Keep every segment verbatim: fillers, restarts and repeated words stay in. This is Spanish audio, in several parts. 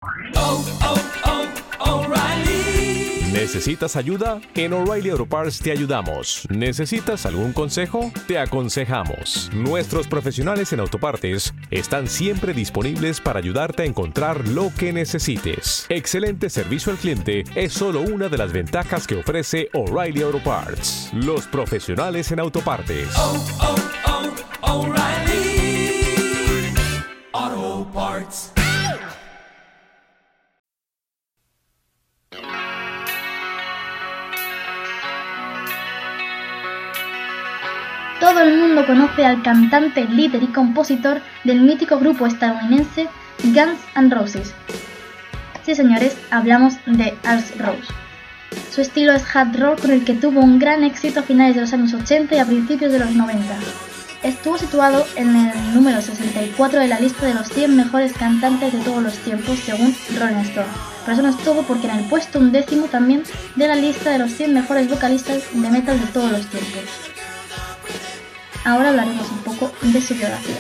Oh, oh, oh, O'Reilly. ¿Necesitas ayuda? En O'Reilly Auto Parts te ayudamos. ¿Necesitas algún consejo? Te aconsejamos. Nuestros profesionales en autopartes están siempre disponibles para ayudarte a encontrar lo que necesites. Excelente servicio al cliente es solo una de las ventajas que ofrece O'Reilly Auto Parts. Los profesionales en autopartes. Oh, oh, oh, O'Reilly Auto Parts. Todo el mundo conoce al cantante, líder y compositor del mítico grupo estadounidense Guns N' Roses. Sí, señores, hablamos de Axl Rose. Su estilo es hard rock con el que tuvo un gran éxito a finales de los años ochenta y a principios de los noventa. Estuvo situado en el número sesenta y cuatro de la lista de los cien mejores cantantes de todos los tiempos según Rolling Stone. Pero eso no es todo, porque en el puesto undécimo también de la lista de los cien mejores vocalistas de metal de todos los tiempos. Ahora hablaremos un poco de su biografía.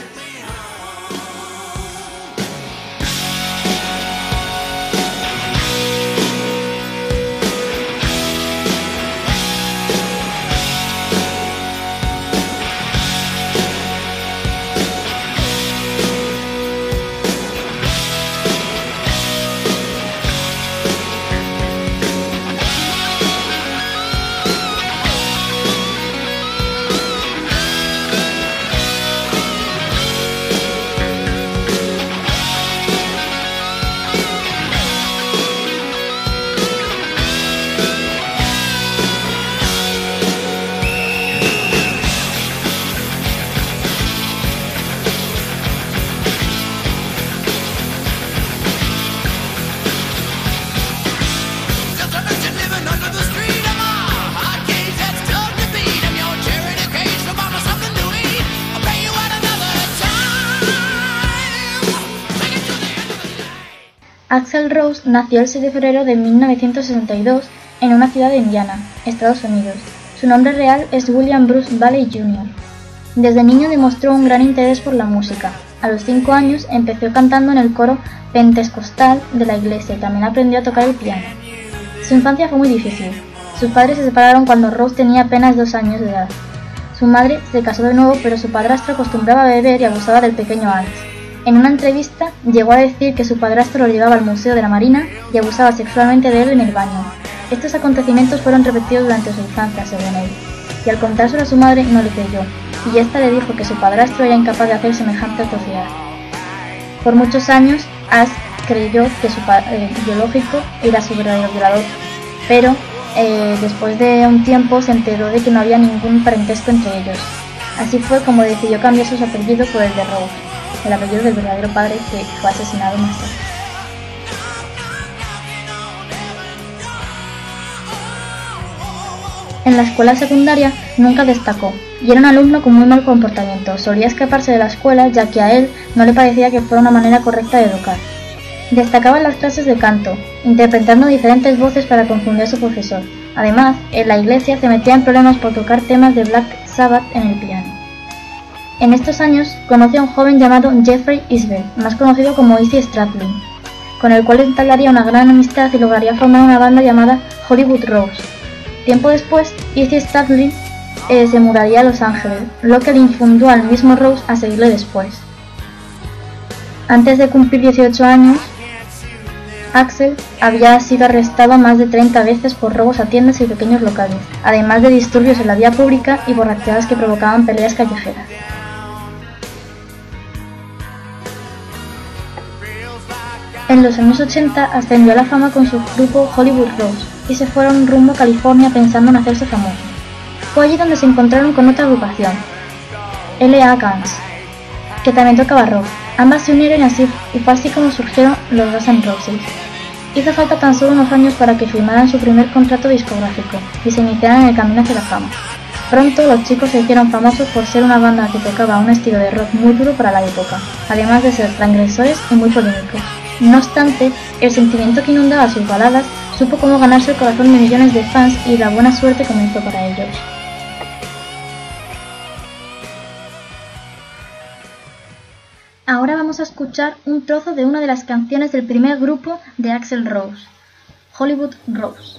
Axl Rose nació el seis de febrero de mil novecientos sesenta y dos en una ciudad de Indiana, Estados Unidos. Su nombre real es William Bruce Bailey junior Desde niño demostró un gran interés por la música. A los cinco años empezó cantando en el coro pentecostal de la iglesia y también aprendió a tocar el piano. Su infancia fue muy difícil. Sus padres se separaron cuando Rose tenía apenas dos años de edad. Su madre se casó de nuevo, pero su padrastro acostumbraba a beber y abusaba del pequeño Alex. En una entrevista llegó a decir que su padrastro lo llevaba al Museo de la Marina y abusaba sexualmente de él en el baño. Estos acontecimientos fueron repetidos durante su infancia, según él, y al contárselo a su madre no le creyó, y ésta le dijo que su padrastro era incapaz de hacer semejante atrocidad. Por muchos años, Ash creyó que su padre biológico era su verdadero violador, pero eh, después de un tiempo se enteró de que no había ningún parentesco entre ellos. Así fue como decidió cambiar su apellido por el de Rose, el apellido del verdadero padre que fue asesinado más tarde. En la escuela secundaria nunca destacó y era un alumno con muy mal comportamiento. Solía escaparse de la escuela, ya que a él no le parecía que fuera una manera correcta de educar. Destacaba en las clases de canto, interpretando diferentes voces para confundir a su profesor. Además, en la iglesia se metía en problemas por tocar temas de Black Sabbath en el piano. En estos años conoció a un joven llamado Jeffrey Isbell, más conocido como Izzy Stradlin, con el cual entablaría una gran amistad y lograría formar una banda llamada Hollywood Rose. Tiempo después, Izzy Stradlin eh, se mudaría a Los Ángeles, lo que le infundió al mismo Rose a seguirle después. Antes de cumplir dieciocho años, Axl había sido arrestado más de treinta veces por robos a tiendas y pequeños locales, además de disturbios en la vía pública y borracheras que provocaban peleas callejeras. En los años ochenta ascendió a la fama con su grupo Hollywood Rose y se fueron rumbo a California pensando en hacerse famoso. Fue allí donde se encontraron con otra agrupación, L A Guns, que también tocaba rock. Ambas se unieron así y fue así como surgieron los Guns N' Roses. Hizo falta tan solo unos años para que firmaran su primer contrato discográfico y se iniciaran en el camino hacia la fama. Pronto los chicos se hicieron famosos por ser una banda que tocaba un estilo de rock muy duro para la época, además de ser transgresores y muy polémicos. No obstante, el sentimiento que inundaba sus baladas supo cómo ganarse el corazón de millones de fans y la buena suerte comenzó para ellos. Ahora vamos vamos a escuchar un trozo de una de las canciones del primer grupo de Axl Rose, Hollywood Rose.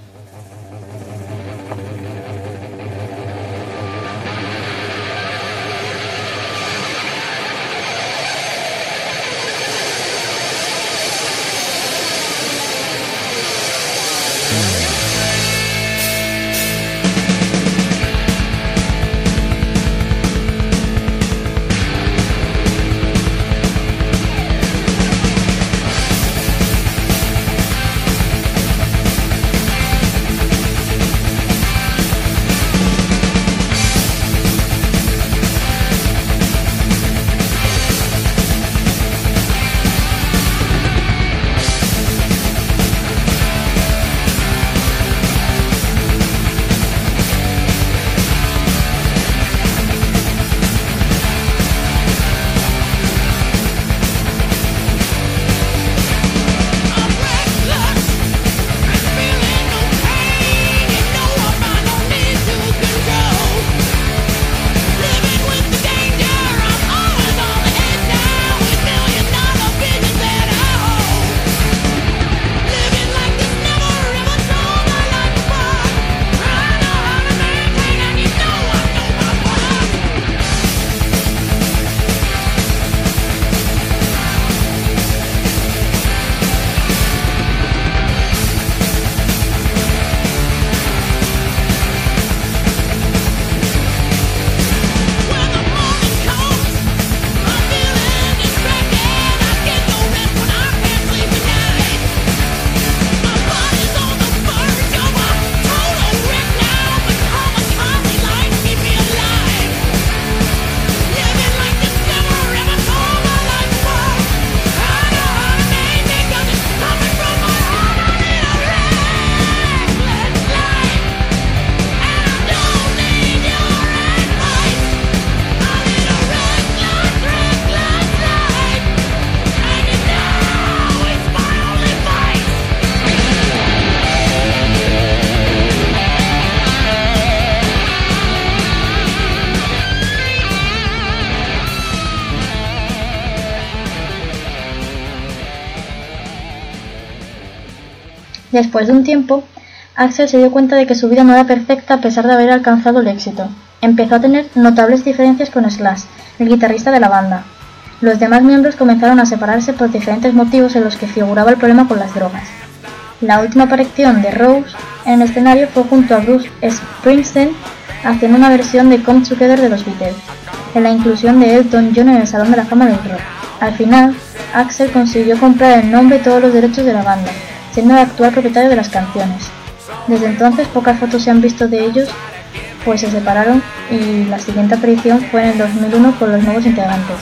Después de un tiempo, Axl se dio cuenta de que su vida no era perfecta a pesar de haber alcanzado el éxito. Empezó a tener notables diferencias con Slash, el guitarrista de la banda. Los demás miembros comenzaron a separarse por diferentes motivos en los que figuraba el problema con las drogas. La última aparición de Rose en el escenario fue junto a Bruce Springsteen haciendo una versión de Come Together de los Beatles, en la inclusión de Elton John en el Salón de la Fama del Rock. Al final, Axl consiguió comprar el nombre y todos los derechos de la banda, siendo el actual propietario de las canciones. Desde entonces pocas fotos se han visto de ellos, pues se separaron y la siguiente aparición fue en el dos mil uno con los nuevos integrantes.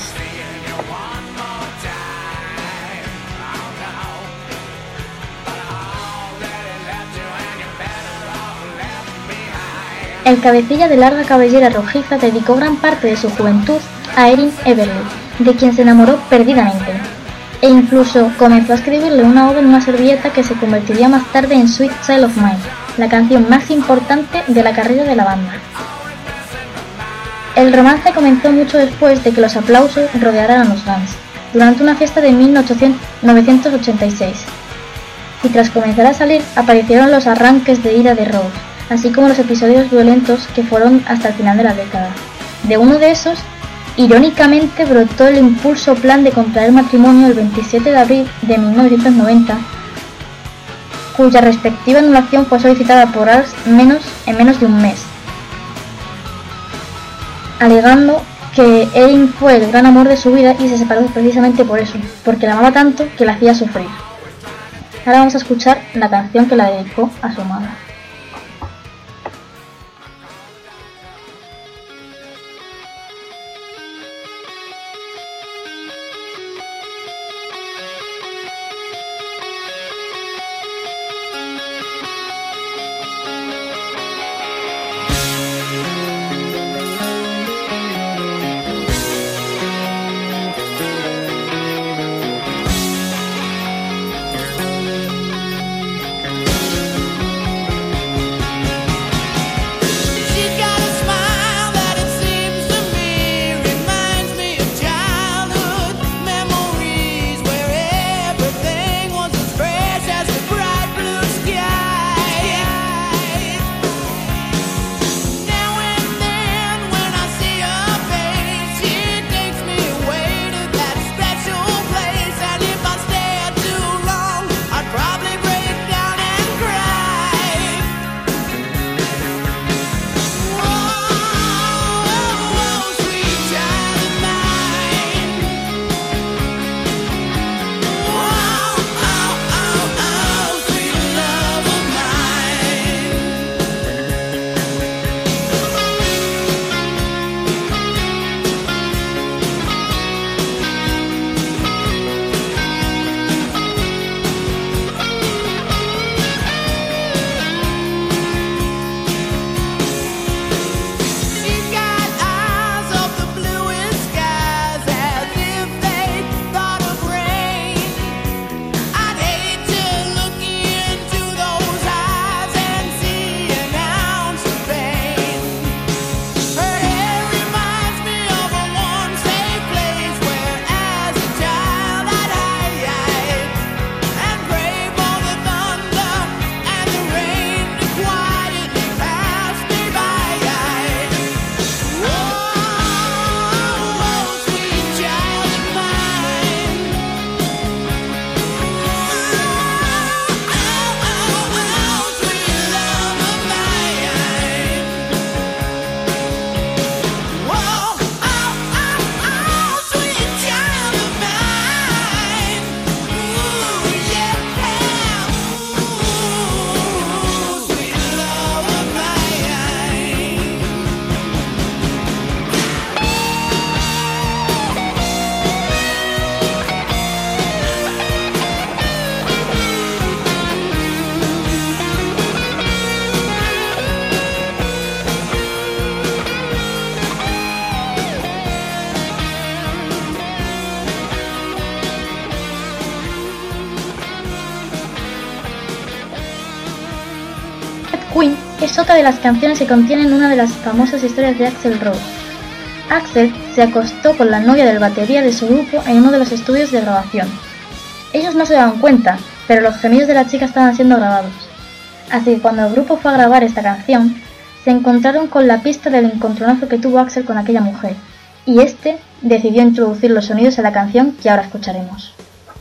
El cabecilla de larga cabellera rojiza dedicó gran parte de su juventud a Erin Everly, de quien se enamoró perdidamente, e incluso comenzó a escribirle una oda en una servilleta que se convertiría más tarde en Sweet Child of Mine, la canción más importante de la carrera de la banda. El romance comenzó mucho después de que los aplausos rodearan a los fans, durante una fiesta de mil novecientos ochenta y seis, y tras comenzar a salir aparecieron los arranques de ira de Rose, así como los episodios violentos que fueron hasta el final de la década. De uno de esos, irónicamente, brotó el impulso plan de contraer matrimonio el veintisiete de abril de mil novecientos noventa, cuya respectiva anulación fue solicitada por Ars menos, en menos de un mes, alegando que Erin fue el gran amor de su vida y se separó precisamente por eso, porque la amaba tanto que la hacía sufrir. Ahora vamos a escuchar la canción que la dedicó a su amada. Queen es otra de las canciones que contienen una de las famosas historias de Axl Rose. Axl se acostó con la novia del batería de su grupo en uno de los estudios de grabación. Ellos no se daban cuenta, pero los gemidos de la chica estaban siendo grabados. Así que cuando el grupo fue a grabar esta canción, se encontraron con la pista del encontronazo que tuvo Axl con aquella mujer, y este decidió introducir los sonidos en la canción que ahora escucharemos.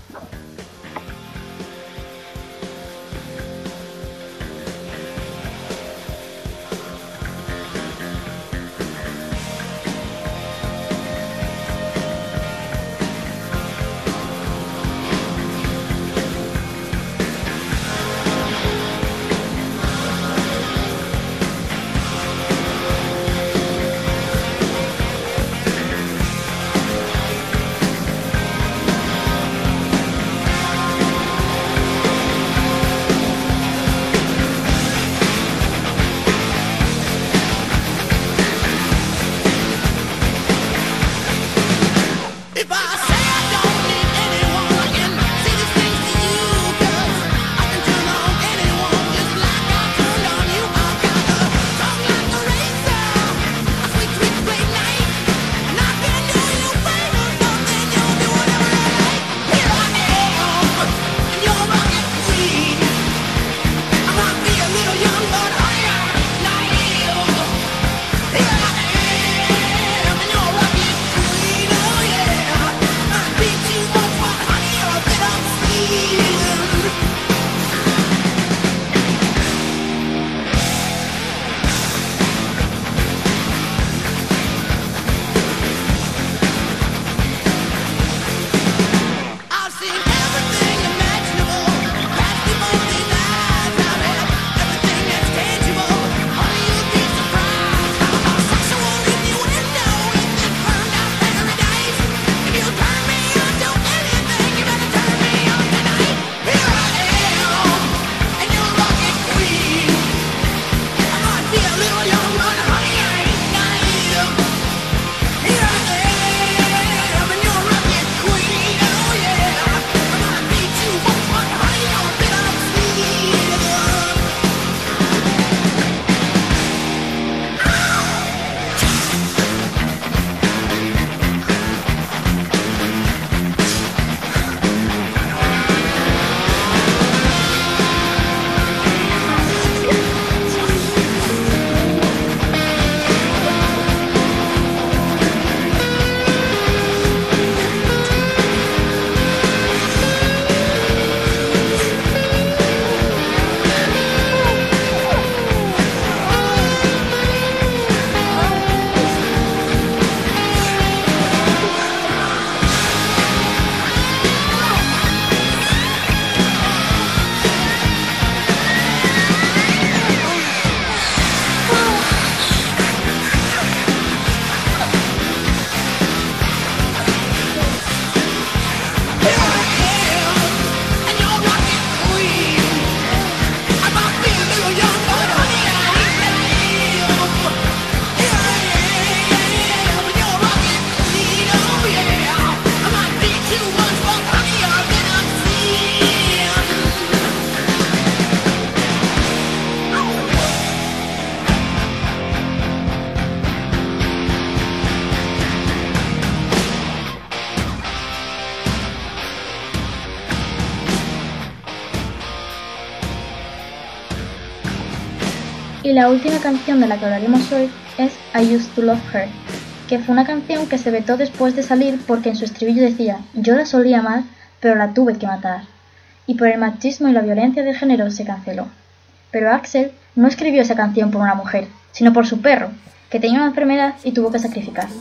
Y la última canción de la que hablaremos hoy es I Used to Love Her, que fue una canción que se vetó después de salir porque en su estribillo decía «Yo la solía amar, pero la tuve que matar», y por el machismo y la violencia de género se canceló. Pero Axl no escribió esa canción por una mujer, sino por su perro, que tenía una enfermedad y tuvo que sacrificarlo.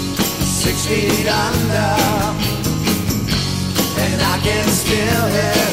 Feet under, and I can still hear